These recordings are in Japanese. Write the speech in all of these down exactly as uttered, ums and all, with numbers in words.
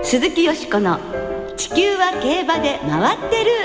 鈴木よしこの地球は競馬で回ってる。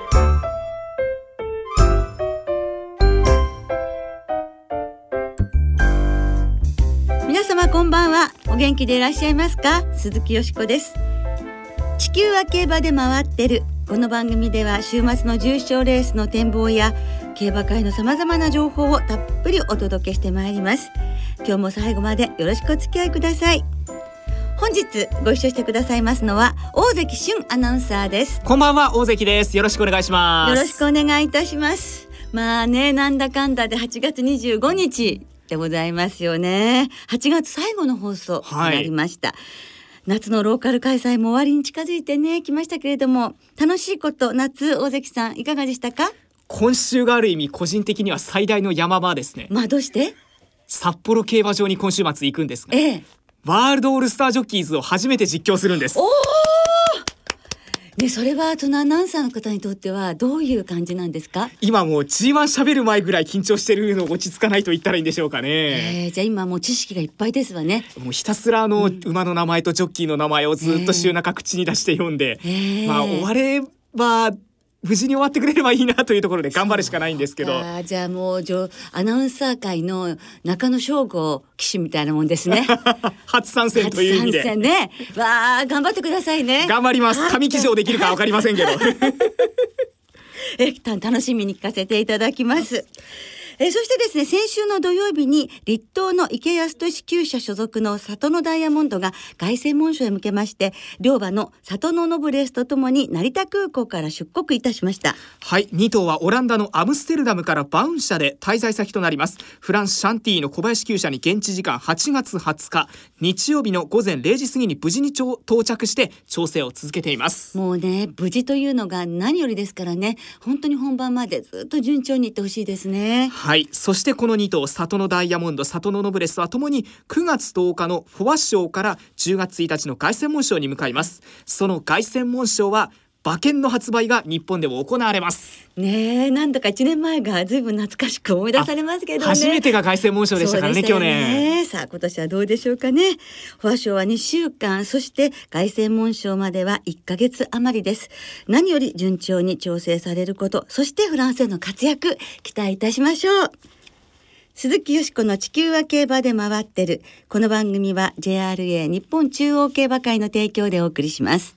皆様こんばんは。お元気でいらっしゃいますか？鈴木よしこです。地球は競馬で回ってる。この番組では週末の重賞レースの展望や競馬界のさまざまな情報をたっぷりお届けしてまいります。今日も最後までよろしくお付き合いください。本日ご一緒してくださいますのは大関俊アナウンサーです。 こんばんは、大関です。よろしくお願いします。 よろしくお願いいたします。まあね、なんだかんだではちがつにじゅうごにちでございますよね。はちがつ最後の放送になりました、はい。夏のローカル開催も終わりに近づいてねきましたけれども、楽しいこと、夏、大関さんいかがでしたか？ 今週がある意味個人的には最大の山場ですね。 まあどうして？ 札幌競馬場に今週末行くんですが、 ええ、ワールドオールスタージョッキーズを初めて実況するんです。 おー、ね、それはそのアナウンサーの方にとってはどういう感じなんですか？ 今もう ジーワン 喋る前ぐらい緊張してるの落ち着かないと言ったらいいんでしょうかね。 えー、じゃあ今もう知識がいっぱいですわね。 もうひたすらあの、うん、馬の名前とジョッキーの名前をずっと週中口に出して読んで、えー、まあ終われば無事に終わってくれればいいなというところで頑張るしかないんですけど。 あ、じゃあもうアナウンサー界の中野将吾騎手みたいなもんですね。 初参戦という意味で。 初参戦ね。わあ、頑張ってくださいね。 頑張ります。上騎乗できるか分かりませんけど。 え、楽しみに聞かせていただきます。えそしてですね、先週の土曜日に立東の池安俊厩舎所属の里のダイヤモンドが凱旋門賞へ向けまして、両馬の里のノブレスとともに成田空港から出国いたしました。 はい、に頭はオランダのアムステルダムからバウン社で滞在先となりますフランスシャンティーの小林厩舎に現地時間はちがつはつか日曜日の午前れいじ過ぎに無事に到着して調整を続けています。 もうね、無事というのが何よりですからね、本当に本番までずっと順調にいってほしいですね。 はい、そしてこのに頭里のダイヤモンド、里のノブレスはともにくがつとおかのフォア賞からじゅうがつついたちの凱旋門賞に向かいます。その凱旋門賞は馬券の発売が日本でも行われますね。え、なんだかいちねんまえがずいぶん懐かしく思い出されますけどね。 初めてが凱旋門賞でしたから ね, ね去年。 さあ今年はどうでしょうかね。フォア賞はにしゅうかん、そして凱旋門賞まではいっかげつ余りです。何より順調に調整されること、そしてフランスでの活躍期待いたしましょう。鈴木よしこの地球は競馬で回ってる。この番組は ジェイアールエー 日本中央競馬会の提供でお送りします。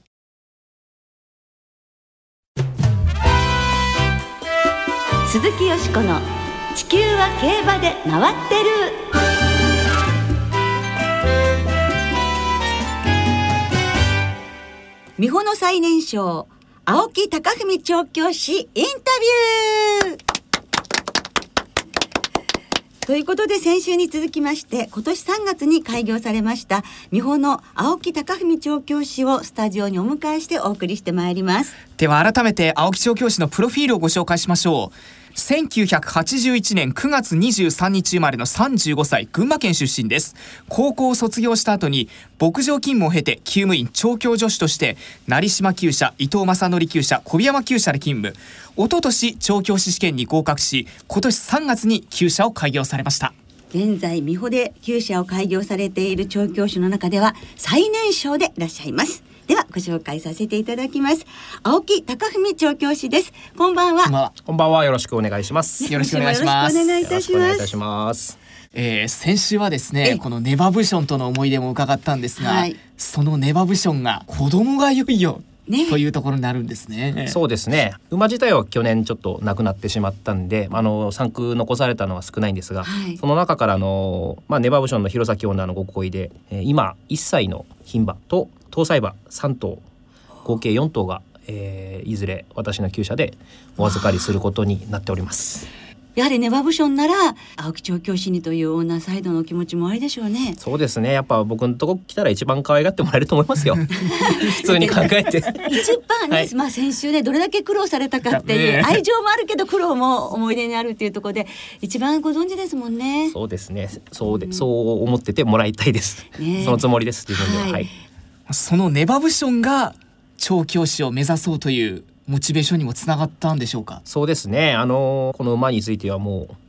鈴木よしこの地球は競馬で回ってる。美穂の最年少青木貴文調教師インタビューということで、先週に続きまして今年さんがつに開業されました美穂の青木貴文調教師をスタジオにお迎えしてお送りしてまいります。 では改めて青木調教師のプロフィールをご紹介しましょう。せんきゅうひゃくはちじゅういちねんくがつにじゅうさんにち生まれのさんじゅうごさい、群馬県出身です。高校を卒業した後に牧場勤務を経て厩務員調教助手として成島厩舎、伊藤正則厩舎、小檜山厩舎で勤務。一昨年調教師試験に合格し、今年さんがつに厩舎を開業されました。 現在美穂で厩舎を開業されている調教師の中では最年少でいらっしゃいます。ではご紹介させていただきます。青木貴文調教師です。こんばんは。 こんばんは。こんばんは。よろしくお願いします。 よろしくお願いします。 よろしくお願いいたします。 よろしくお願いいたします。 えー、先週はですね、このネバブションとの思い出も伺ったんですが、はい、そのネバブションが子供がいよいよね、というところになるんですね。 そうですね。馬自体は去年ちょっと亡くなってしまったんで、あの産区残されたのは少ないんですが、はい、その中からの、まあ、ネバブションの弘前オーナーのご厚意で、えー、今いっさいの牝馬と搭載馬さん頭合計よん頭が、えー、いずれ私の厩舎でお預かりすることになっております。 やはりネバブションなら青木調教師にというオーナーサイドの気持ちもありでしょうね。 そうですね。やっぱ僕のとこ来たら一番可愛がってもらえると思いますよ。普通に考えて一番ね、はい、まあ、先週ねどれだけ苦労されたかっていう、ね、愛情もあるけど苦労も思い出にあるっていうところで一番ご存知ですもんね。 そうですね。そうで、うん、そう思っててもらいたいです、ね、そのつもりです自分では、はいはい、 そのネバブションが調教師を目指そうというモチベーションにもつながったんでしょうか。 そうですね。あのこの馬についてはもう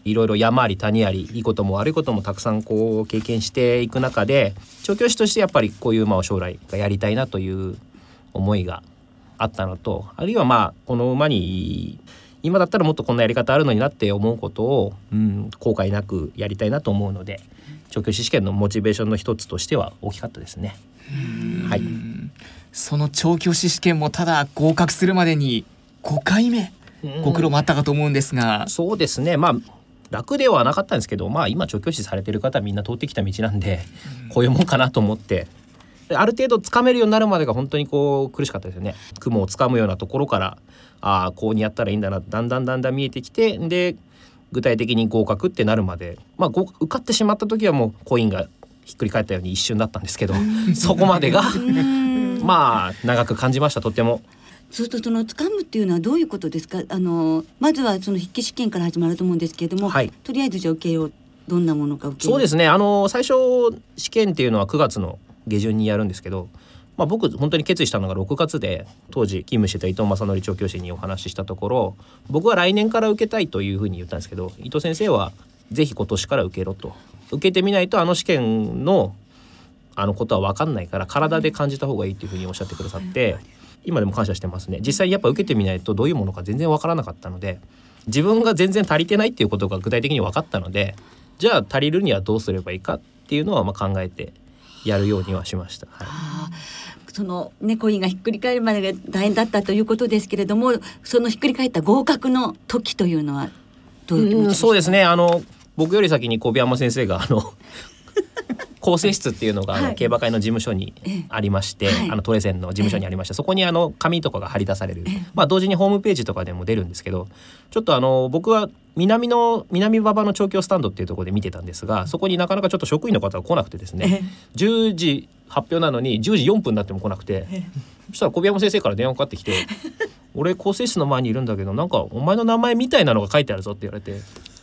いろいろ山あり谷ありいいことも悪いこともたくさんこう経験していく中で、調教師としてやっぱりこういう馬を将来やりたいなという思いがあったのと、あるいはまあこの馬に今だったらもっとこんなやり方あるのになって思うことを、うん、後悔なくやりたいなと思うので、調教師試験のモチベーションの一つとしては大きかったですね。はい、 その調教師試験もただ合格するまでにごかいめご苦労もあったかと思うんですが、 うん、そうですね、まあ楽ではなかったんですけど、まあ今調教師されてる方はみんな通ってきた道なんで、うん、こういうもんかなと思って、ある程度つかめるようになるまでが本当にこう苦しかったですよね。雲をつかむようなところから、ああこうにやったらいいんだな、だんだんだんだん見えてきて、で具体的に合格ってなるまで、まあ受かってしまった時はもうコインがひっくり返ったように一瞬だったんですけどそこまでがまあ長く感じました。とっても。 そうするとその掴むっていうのはどういうことですか。あのまずはその筆記試験から始まると思うんですけれども、はい、とりあえずじゃあ受けよう、どんなものか受けよう。 そうですね、あの最初試験っていうのはくがつの下旬にやるんですけど、まあ、僕本当に決意したのがろくがつで、当時勤務してた伊藤正則調教師にお話ししたところ、僕は来年から受けたいというふうに言ったんですけど、伊藤先生はぜひ今年から受けろと、受けてみないとあの試験のあのことは分かんないから体で感じた方がいいというふうにおっしゃってくださって、今でも感謝してますね。実際にやっぱ受けてみないとどういうものか全然分からなかったので、自分が全然足りてないっていうことが具体的に分かったので、じゃあ足りるにはどうすればいいかっていうのはまあ考えてやるようにはしました。はい、 あそのね、コインがひっくり返るまでが大変だったということですけれども、そのひっくり返った合格の時というのはどういう気持ちですか。 そうですね、あの僕より先に小部山先生があの構成室っていうのが、はい、あの競馬会の事務所にありまして、はい、あのトレセンの事務所にありまして、そこにあの紙とかが貼り出される、まあ、同時にホームページとかでも出るんですけど、ちょっとあの僕は南の南馬場の調教スタンドっていうところで見てたんですが、そこになかなかちょっと職員の方が来なくてですね、じゅうじ発表なのにじゅうじよんぷんになっても来なくて、そしたら小部山先生から電話かかってきて俺構成室の前にいるんだけど、なんかお前の名前みたいなのが書いてあるぞって言われて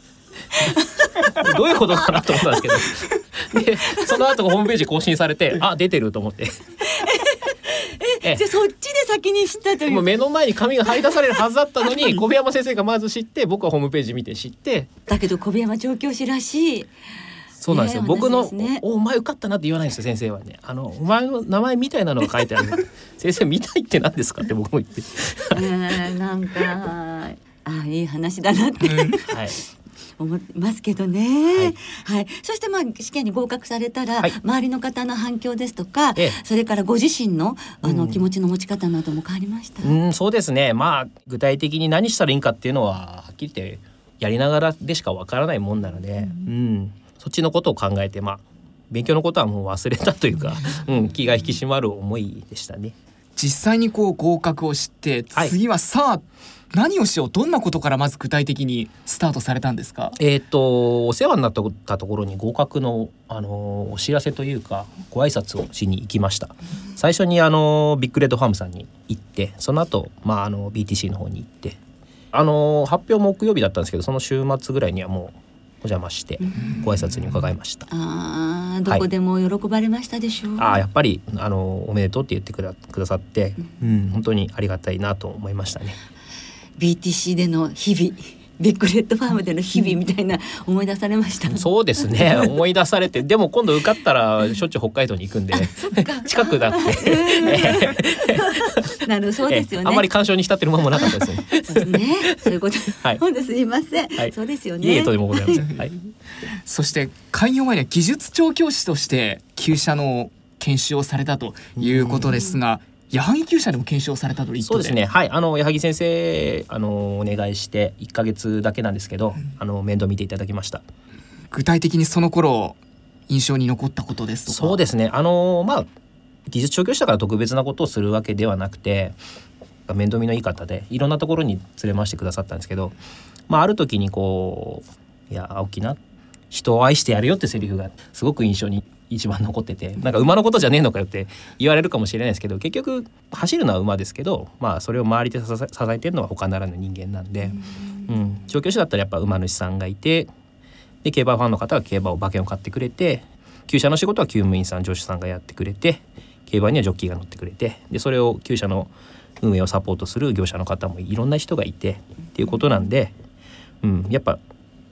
どういうことかなと思ったんですけどでその後ホームページ更新されて、あ出てると思ってえじゃあそっちで先に知ったという。 もう目の前に紙が貼り出されるはずだったのに小部山先生がまず知って、僕はホームページ見て知って。 だけど小部山調教師らしい。 そうなんですよ、ね、僕の、ね、お, お前受かったなって言わないんですよ先生はね。あのお前の名前みたいなのが書いてある先生見たいって何ですかって僕も言ってえなんかあいい話だなって、うん、はい思いますけどね、はいはい、そしてまあ試験に合格されたら、はい、周りの方の反響ですとか、ええ、それからご自身の、あの、うん、気持ちの持ち方なども変わりました。 うんそうですね、まあ具体的に何したらいいんかっていうのははっきり言ってやりながらでしかわからないもんなので、うんうん、そっちのことを考えて、まあ勉強のことはもう忘れたというか、うん、気が引き締まる思いでしたね。 実際にこう合格をして、はい、次はさあ何をしよう、どんなことからまず具体的にスタートされたんですか。 えーとお世話になったところに合格の、あのー、お知らせというかご挨拶をしに行きました。最初に、あのー、ビッグレッドファームさんに行って、その後、まああの ビーティーシー の方に行って、あのー、発表木曜日だったんですけど、その週末ぐらいにはもうお邪魔してご挨拶に伺いました。 あどこでも喜ばれましたでしょう。 はい、あやっぱり、あのー、おめでとうって言ってく だ, くださって、うん、本当にありがたいなと思いましたね。 ビーティーシー での日々、ビッグレッドファームでの日々みたいな思い出されました。 そうですね、思い出されて、でも今度受かったらしょっちゅう北海道に行くんで近くだってなるそうですよね。 あまり干渉に浸ってる間もなかったですね。 そうですね、そういうこと、はい、そうですいません、はい、そうですよね。 いいえとでもございません、はい、 そして開業前には技術調教師として厩舎の研修をされたということですが、矢作厩舎でも研修をされたということで。 そうですね、はい、あの矢作先生あのお願いしていっかげつだけなんですけど、うん、あの面倒見ていただきました。 具体的にその頃印象に残ったことですとか。 そうですね、あのまあ技術調教師だから特別なことをするわけではなくて、面倒見のいい方でいろんなところに連れ回してくださったんですけど、まあ、ある時にこういや青木な人を愛してやるよってセリフがすごく印象に一番残ってて、なんか馬のことじゃねえのかよって言われるかもしれないですけど、結局走るのは馬ですけど、まあそれを周りで支え、支えてるのは他ならぬ人間なんで、うん、調教師だったらやっぱ馬主さんがいて、で競馬ファンの方が競馬を馬券を買ってくれて、厩舎の仕事は厩務員さん助手さんがやってくれて、競馬にはジョッキーが乗ってくれて、でそれを厩舎の運営をサポートする業者の方もいろんな人がいてっていうことなんで、うん、やっぱ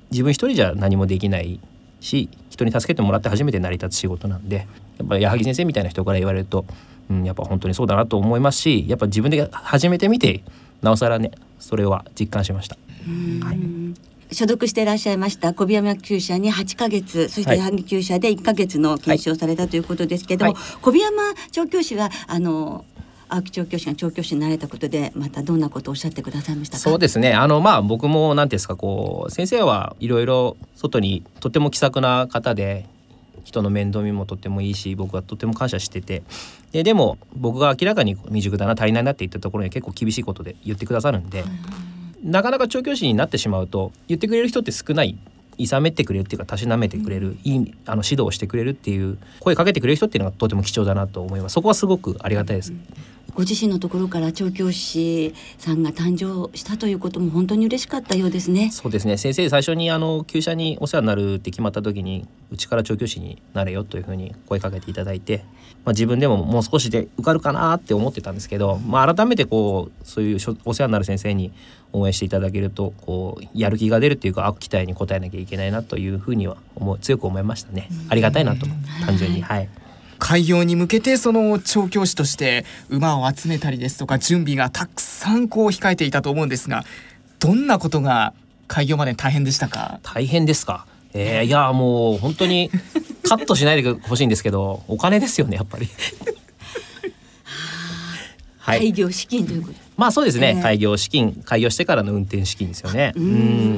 自分一人じゃ何もできないし、人に助けてもらって初めて成り立つ仕事なんで、やっぱ矢作先生みたいな人から言われると、うん、やっぱ本当にそうだなと思いますし、やっぱ自分で始めてみてなおさらねそれは実感しました。はい、 所属していらっしゃいました小檜山厩舎にはちかげつ、そして矢作厩舎でいっかげつの研修をされたということですけども、はい、小檜山調教師はあの青木調教師が調教師になれたことでまたどんなことをおっしゃってくださいましたか？ そうですね、あのまあ僕も何ていうんですか、こう先生はいろいろ外にとても気さくな方で、人の面倒見もとってもいいし、僕はとても感謝してて、で, でも僕が明らかに未熟だな足りないなって言ったところに結構厳しいことで言ってくださるんで、なかなか調教師になってしまうと言ってくれる人って少ない、いさめてくれるっていうかたしなめてくれる、いいあの指導をしてくれるっていう声かけてくれる人っていうのがとても貴重だなと思います。そこはすごくありがたいです。 ご自身のところから調教師さんが誕生したということも本当に嬉しかったようですね。 そうですね、先生最初にあの厩舎にお世話になるって決まった時に、うちから調教師になれよというふうに声かけていただいて、まあ、自分でももう少しで受かるかなって思ってたんですけど、まあ、改めてこうそういうお世話になる先生に応援していただけると、こうやる気が出るっていうか、期待に応えなきゃいけないなというふうには思う強く思いましたね。ありがたいなと単純に、はい、 開業に向けてその調教師として馬を集めたりですとか準備がたくさんこう控えていたと思うんですが、どんなことが開業まで大変でしたか？ 大変ですか、えー、いやもう本当にカットしないでほしいんですけど、お金ですよねやっぱりはい、開業資金ということ、 まあそうですね、 えー、 開業資金、開業してからの運転資金ですよね。うん、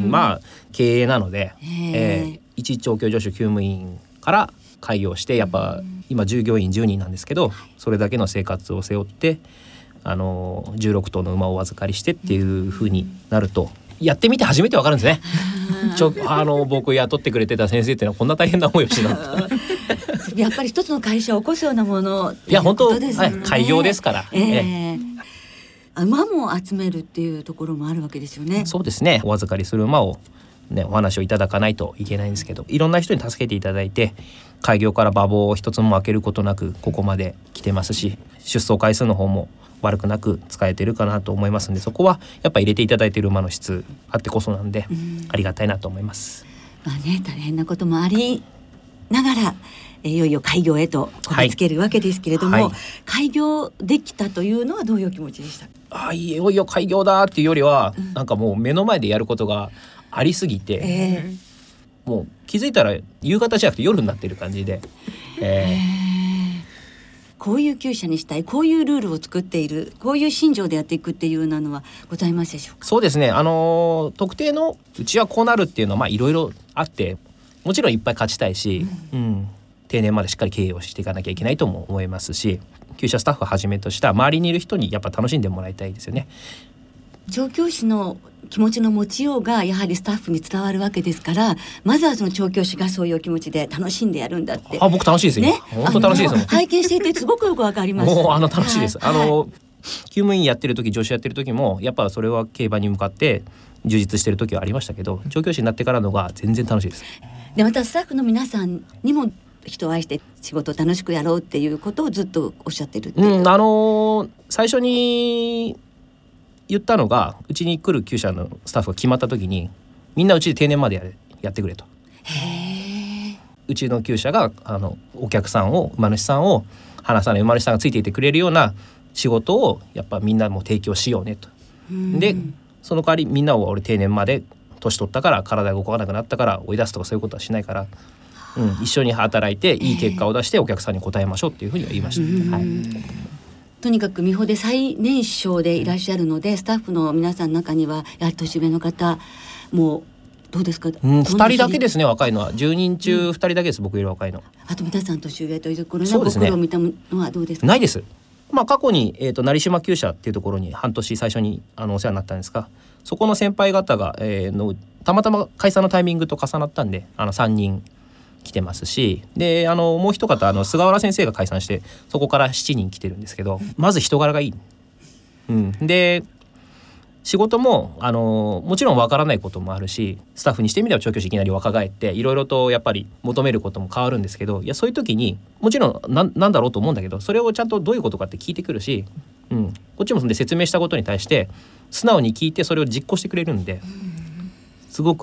まあ経営なので、えーえー、一調教助手厩務員から開業して、やっぱ今従業員じゅうにんなんですけど、それだけの生活を背負ってあのじゅうろくとうの馬をお預かりしてっていう風になると、やってみて初めてわかるんですね。ちょあの僕雇ってくれてた先生っていうのはこんな大変な思いをしてたやっぱり一つの会社を起こすようなもの、 いや本当、はい、開業ですから、 えーえー、馬も集めるっていうところもあるわけですよね。 そうですね、お預かりする馬をね、お話をいただかないといけないんですけど、いろんな人に助けていただいて、開業から馬房を一つも開けることなくここまで来てますし、出走回数の方も悪くなく使えてるかなと思いますんで、そこはやっぱ入れていただいている馬の質あってこそなんで、ありがたいなと思います。 まあね、大変なこともありながらいよいよ開業へとこぎつけるわけですけれども、はいはい、開業できたというのはどういう気持ちでした？ あ、いよいよ開業だっていうよりは、うん、なんかもう目の前でやることがありすぎて、えー、もう気づいたら夕方じゃなくて夜になってる感じで、えーえー、 こういう厩舎にしたい、こういうルールを作っている、こういう信条でやっていくっていうようなのはございますでしょうか？ そうですね、あのー、特定のうちはこうなるっていうのはまあいろいろあって、もちろんいっぱい勝ちたいし、うんうん、定年までしっかり経営をしていかなきゃいけないとも思いますし、厩舎スタッフをはじめとした周りにいる人にやっぱ楽しんでもらいたいですよね。 調教師の気持ちの持ちようがやはりスタッフに伝わるわけですから、まずはその調教師がそういう気持ちで楽しんでやるんだって。 あ、僕楽しいですよ、ね、本当楽しいですもん。 拝見していてすごくよくわかります。 もうあの楽しいです、はい、あの厩務員やってる時、助手やってる時もやっぱそれは競馬に向かって充実してる時はありましたけど、調教師になってからのが全然楽しいです。 でまたスタッフの皆さんにも人を愛して仕事を楽しくやろうっていうことをずっとおっしゃってるっていう、 うん、あのー、最初に言ったのが、うちに来る厩舎のスタッフが決まった時に、みんなうちで定年まで や, やってくれと。 へー、 うちの厩舎があのお客さんを、馬主さんを離さない、馬主さんがついていてくれるような仕事をやっぱみんなも提供しようねと。でその代わりみんなを俺定年まで年取ったから体が動かなくなったから追い出すとかそういうことはしないから、うん、一緒に働いていい結果を出してお客さんに応えましょうっていうふうには言いました、はい、 とにかく美穂で最年少でいらっしゃるので、スタッフの皆さんの中にはやはり年上の方もうどうですか？ うん、ふたりだけですね、若いのはじゅうにん中ふたりだけです、うん、僕より若いの。 あと皆さん年上というところのご苦労を見たのはどうですか？ ないです。まあ、過去に、えーと、成島厩舎っていうところに半年最初にあのお世話になったんですが、そこの先輩方が、えー、のたまたま解散のタイミングと重なったんで、あのさんにん来てますし、であのもう一方あの菅原先生が解散してそこからしちにん来てるんですけど、まず人柄がいい、うん、で仕事もあのもちろんわからないこともあるし、スタッフにしてみれば調教師いきなり若返っていろいろとやっぱり求めることも変わるんですけど、いやそういう時にもちろん な, なんだろうと思うんだけど、それをちゃんとどういうことかって聞いてくるし、うん、こっちもそんで説明したことに対して素直に聞いてそれを実行してくれるんで、すごく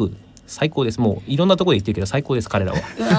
最高です。もういろんなところで言ってるけど最高です彼ら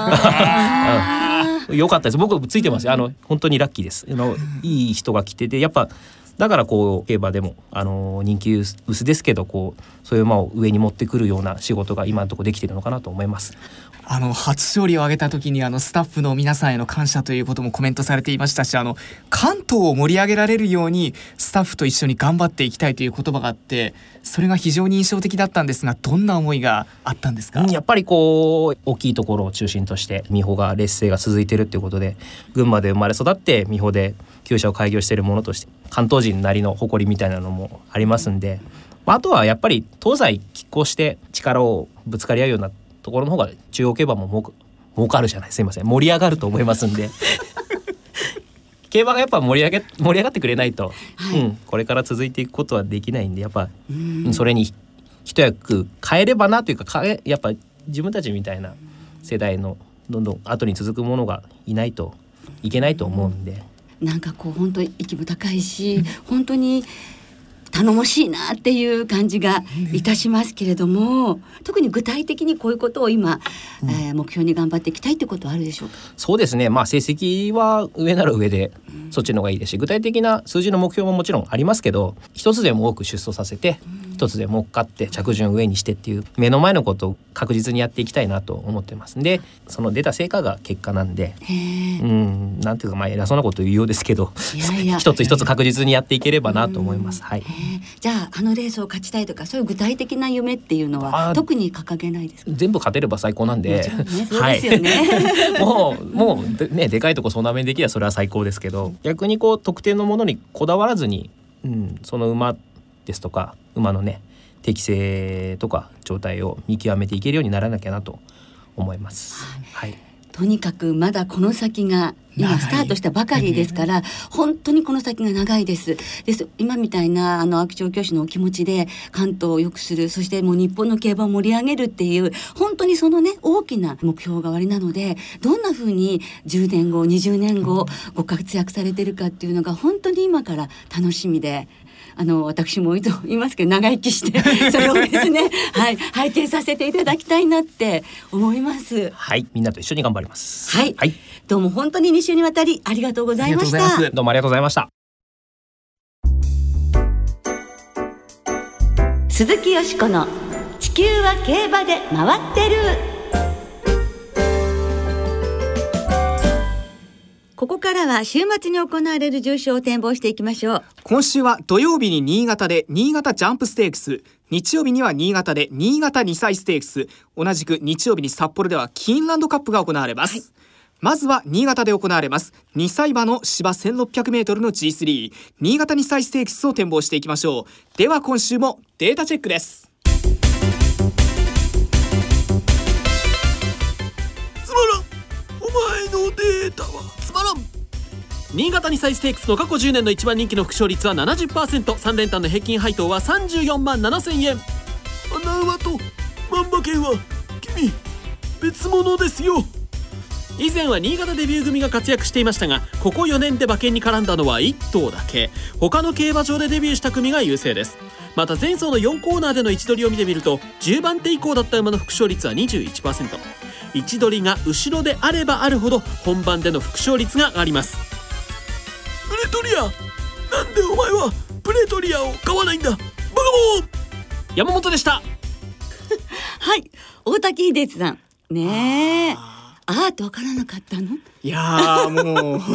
は。良かったです。僕ついてますよ。あの本当にラッキーです。あのいい人が来てて、やっぱだからこう競馬でもあの人気薄ですけど、こうそういう馬を上に持ってくるような仕事が今のところできているのかなと思います。 あの初勝利を挙げた時にあのスタッフの皆さんへの感謝ということもコメントされていましたし、あの関東を盛り上げられるようにスタッフと一緒に頑張っていきたいという言葉があって、それが非常に印象的だったんですが、どんな思いがあったんですか？ やっぱりこう大きいところを中心として美穂が劣勢が続いているということで、群馬で生まれ育って美穂で厩舎を開業しているものとして関東人なりの誇りみたいなのもありますんで、あとはやっぱり東西拮抗して力をぶつかり合うようなところの方が中央競馬ももう儲かるじゃない、すいません盛り上がると思いますんで競馬がやっぱ盛り上げ盛り上がってくれないと、はい、うん、これから続いていくことはできないんで、やっぱうんそれに一役変えればなというか、変えやっぱ自分たちみたいな世代のどんどん後に続くものがいないといけないと思うんで、 なんかこう本当に息も高いし本当に頼もしいなっていう感じがいたしますけれども、特に具体的にこういうことを今、うんえー、目標に頑張っていきたいってことはあるでしょうか？そうですね、 まあ、成績は上なら上でそっちの方がいいですし、具体的な数字の目標ももちろんありますけど、一つでも多く出走させて一つでも勝って着順上にしてっていう目の前のことを確実にやっていきたいなと思ってますんで、その出た成果が結果なんで、うんなんていうかまあ偉そうなこと言うようですけど、いやいや一つ一つ確実にやっていければなと思います。はい、 じゃああのレースを勝ちたいとかそういう具体的な夢っていうのは特に掲げないですか？ 全部勝てれば最高なんで、 もちろんね、そうですよね、 はい、もうもうでねでかいとこ総なめにできればそれは最高ですけど、逆にこう特定のものにこだわらずに、うん、その馬ですとか馬のね適性とか状態を見極めていけるようにならなきゃなと思います。はい、はい、 とにかくまだこの先が今スタートしたばかりですから、本当にこの先が長いですです今みたいなあの秋調教師のお気持ちで関東を良くする、そしてもう日本の競馬を盛り上げるっていう本当にそのね大きな目標がおありなので、どんな風にじゅうねんごにじゅうねんごご活躍されてるかっていうのが本当に今から楽しみで、あの私もいつも言いますけど長生きしてそれをですね、はい、拝見させていただきたいなって思います。 はい、みんなと一緒に頑張ります。 はい、はい、どうも本当にに週にわたりありがとうございました。 どうもありがとうございました。 鈴木よしこの地球は競馬で回ってる。ここからは週末に行われる重賞を展望していきましょう。 今週は土曜日に新潟で新潟ジャンプステークス、日曜日には新潟で新潟にさいステークス、同じく日曜日に札幌ではキーンランドカップが行われます。はい、まずは新潟で行われますにさい馬の芝 せんろっぴゃくメートル の ジースリー 新潟にさいステークスを展望していきましょう。では今週もデータチェックです。 つまらん、お前のデータはつまらん。新潟にさいステークスの過去じゅうねんの一番人気の副勝率は ななじゅっパーセント、 さん連単の平均配当はさんじゅうよんまんななせんえん。穴馬と万馬券は君別物ですよ。以前は新潟デビュー組が活躍していましたが、ここよねんで馬券に絡んだのはいっ頭だけ。他の競馬場でデビューした組が優勢です。また前走のよんコーナーでの位置取りを見てみると、じゅうばん手以降だった馬の副勝率は にじゅういちパーセント。 位置取りが後ろであればあるほど本番での副勝率が上がります。プレトリア、なんでお前はプレトリアを買わないんだバカモン。山本でしたはい、大滝秀津さんねえ、あーって分からなかったの？ いやーもう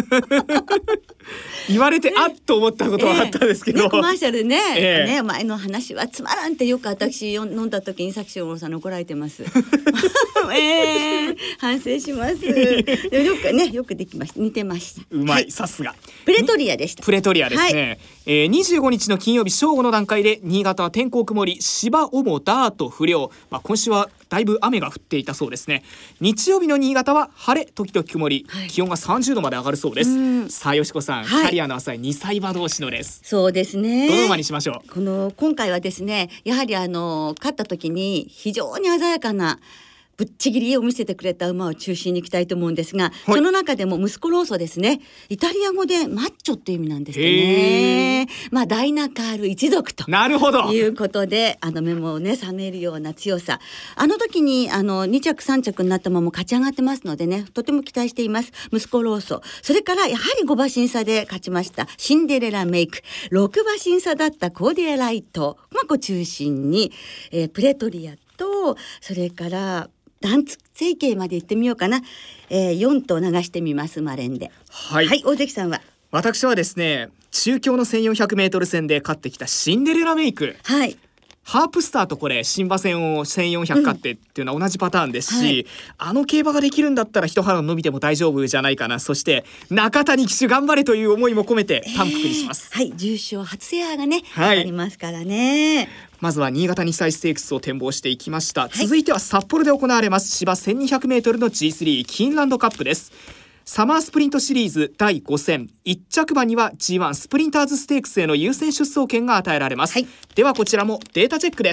言われてあっと思ったことはあったんですけど、 えーね、コマーシャルね、 えー、 ね前の話はつまらんってよく私飲んだ時にさきしょうさんに怒られてますえー、反省しますでもよくねよくできました、似てました。 うまい、 はい、 さすがプレトリアでした。 プレトリアですね、はい、えー、にじゅうごにちの金曜日正午の段階で新潟は天候曇り、芝主ダート不良、まあ、今週はだいぶ雨が降っていたそうですね。日曜日の新潟は晴れ時々曇り、はい、気温がさんじゅうどまで上がるそうです。さあよしこさん、はい、キャリアの浅いにさい馬同士のレース、 そうですね、 どの馬にしましょう？ この今回はですね、やはりあの勝った時に非常に鮮やかなぶっちぎりを見せてくれた馬を中心に行きたいと思うんですが、 はい、 その中でも息子ローソですね。イタリア語でマッチョっていう意味なんですね。まあダイナカール一族となるほどいうことで、あの目もね覚めるような強さ。あの時にあのに着さん着になった馬も勝ち上がってますのでね、とても期待しています。息子ローソ、それからやはりご馬身差で勝ちましたシンデレラメイク、ろく馬身差だったコーディアライト、まあ、こう中心に、えー、プレトリアと、それからダンツ成形まで行ってみようかな、えー、よん頭流してみますマレンで。 はい、 はい、大関さんは。 私はですね、中京の せんよんひゃくメートル 戦で勝ってきたシンデレラメイク、 はい、 ハープスターとこれ新馬戦をせんよんひゃく勝ってっていうのは同じパターンですし、うんはい、あの競馬ができるんだったら一腹伸びても大丈夫じゃないかな。そして中谷騎手頑張れという思いも込めて単服にします、 えー、はい、重賞初制覇がね、 はい、 ありますからね。 まずは新潟日産ステークスを展望していきました、はい、続いては札幌で行われます芝 せんにひゃくメートル の ジースリー キーンランドカップです。サマースプリントシリーズだいご戦、いっ着馬には ジーワン スプリンターズステークスへの優先出走権が与えられます、はい、ではこちらもデータチェックです。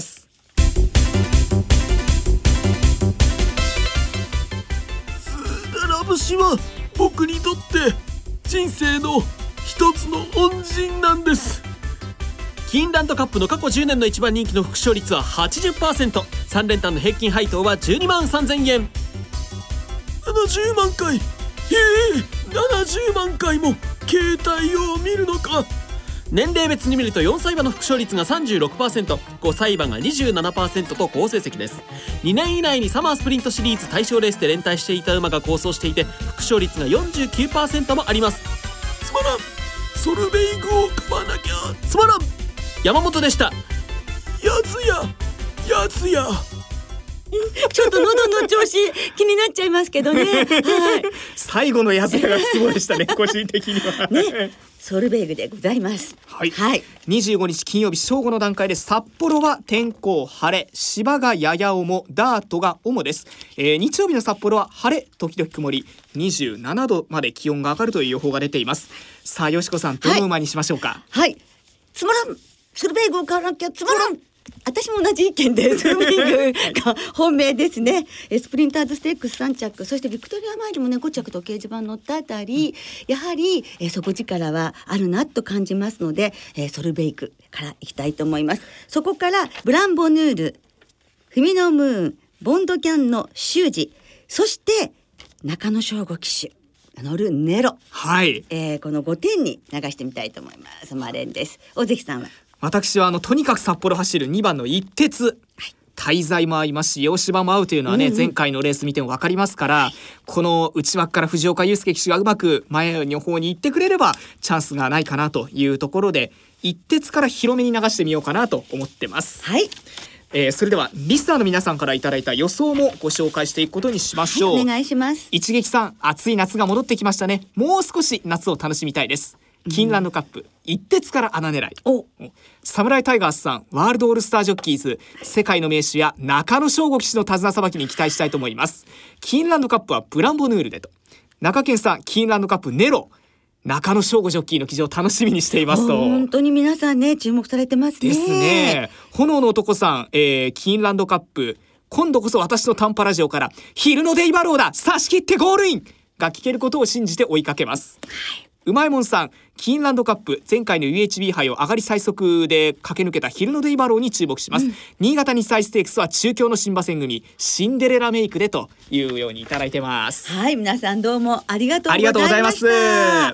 スダラ節は僕にとって人生の一つの恩人なんです。キーンランドカップの過去じゅうねんの一番人気の副勝率は はちじゅっパーセント、 さん連単の平均配当はじゅうにまんさんぜんえん。ななじゅうまんかい、えー、ななじゅうまんかいも携帯を見るのか。年齢別に見るとよんさい馬の副勝率が さんじゅうろくパーセント、 ごさい馬が にじゅうななパーセント と好成績です。にねん以内にサマースプリントシリーズ対象レースで連帯していた馬が好走していて、副勝率が よんじゅうきゅうパーセント もあります。つまらん、ソルベイグを買わなきゃ。つまらん。山本でした。やつややつやちょっと喉の調子気になっちゃいますけどね、はい、 最後のやつやがすごいでしたね個人的にはね、ソルベイグでございます。 はい、はい、にじゅうごにち金曜日正午の段階で札幌は天候晴れ、芝がやや重、ダートが主です、えー、日曜日の札幌は晴れ時々曇り、にじゅうななどまで気温が上がるという予報が出ています。さあよしこさん、どの馬にしましょうか。 はい、はい、つまらん、ソルベイグを買わなきゃつまらん。私も同じ意見でソルベイグが本命ですね。スプリンターズステークスさん着、そしてビクトリアマイルもねご着と掲示板乗ったあたり、やはりえ底力はあるなと感じますので、えソルベイグからいきたいと思います。そこからブランボヌール、フミノムーン、ボンドキャンの修二、そして中野翔吾騎手乗るネロ、 はい、 えー、このごてんに流してみたいと思います。マレンです。大関さんは。 私はあのとにかく札幌走るにばんの一徹、はい、滞在も合いますし洋芝も合うというのはね、うんうん、前回のレース見ても分かりますから、はい、この内枠から藤岡祐介騎手がうまく前の方に行ってくれればチャンスがないかなというところで、一徹から広めに流してみようかなと思ってます。 はい、 えー、それではリスナーの皆さんからいただいた予想もご紹介していくことにしましょう。 はい、お願いします。 一撃さん、暑い夏が戻ってきましたね。もう少し夏を楽しみたいです。キーンランドカップ、一徹から穴狙い。おサムライタイガースさん、ワールドオールスタージョッキーズ、世界の名手や中野翔吾騎手の手綱さばきに期待したいと思います。キーンランドカップはブランボヌールでと。中堅さん、キーンランドカップネロ、中野翔吾ジョッキーの騎乗を楽しみにしていますと。 本当に皆さんね注目されてますね。 ですね。炎の男さん、えー、キーンランドカップ、今度こそ私の短波ラジオから昼のデイバローだ、差し切ってゴールインが聞けることを信じて追いかけます。はい、うまいもんさん、キーンランドカップ、前回の ユーエイチビー 杯を上がり最速で駆け抜けた昼のデイバローに注目します、うん、新潟日産ステークスは中京の新馬戦組シンデレラメイクでというようにいただいてます。 はい、皆さんどうもありがとうございました。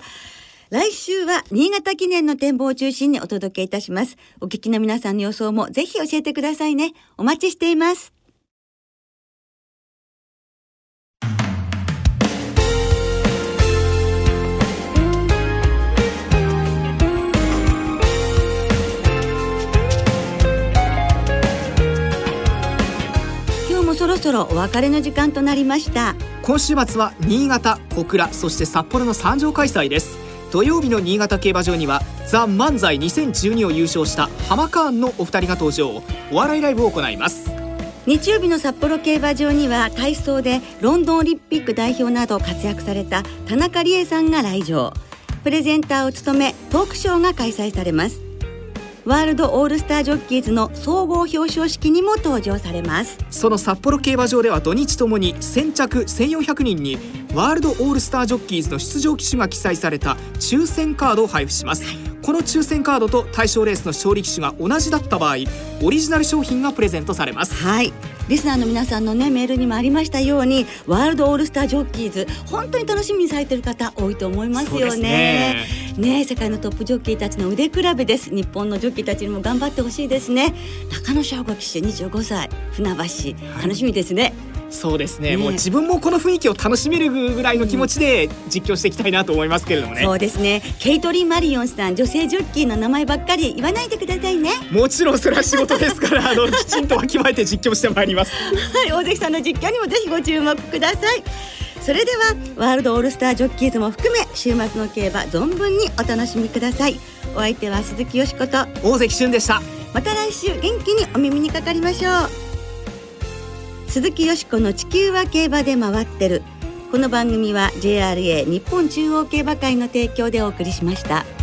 来週は新潟記念の展望を中心にお届けいたします。お聞きの皆さんの予想もぜひ教えてくださいね。お待ちしています。そろそろお別れの時間となりました。 今週末は新潟、小倉、そして札幌のさん場開催です。土曜日の新潟競馬場にはザ・漫才にせんじゅうにを優勝したハマカーンのお二人が登場、お笑いライブを行います。 日曜日の札幌競馬場には体操でロンドンオリンピック代表など活躍された田中理恵さんが来場。プレゼンターを務めトークショーが開催されます。 ワールドオールスタージョッキーズの総合表彰式にも登場されます。 その札幌競馬場では土日ともに先着せんよんひゃくにんにワールドオールスタージョッキーズの出場騎手が記載された抽選カードを配布します、はい、この抽選カードと対象レースの勝利騎手が同じだった場合、オリジナル商品がプレゼントされます。 はい、リスナーの皆さんのねメールにもありましたように、ワールドオールスタージョッキーズ本当に楽しみにされている方多いと思いますよ ね, ね, ね世界のトップジョッキーたちの腕比べです。日本のジョッキーたちにも頑張ってほしいですね。中野翔吾騎手にじゅうごさい、船橋、楽しみですね。 そうですね、ねもう自分もこの雰囲気を楽しめるぐらいの気持ちで実況していきたいなと思いますけれどもね、 うん、そうですね。ケイトリン・マリオンさん、女性ジョッキーの名前ばっかり言わないでくださいね。 もちろんそれは仕事ですからあのきちんとわきまえて実況してまいりますはい、大関さんの実況にもぜひご注目ください。それではワールドオールスタージョッキーズも含め週末の競馬存分にお楽しみください。お相手は鈴木よしこと大関俊でした。 また来週元気にお耳にかかりましょう。鈴木よしこの地球は競馬で回ってる。この番組は ジェイアールエー 日本中央競馬会の提供でお送りしました。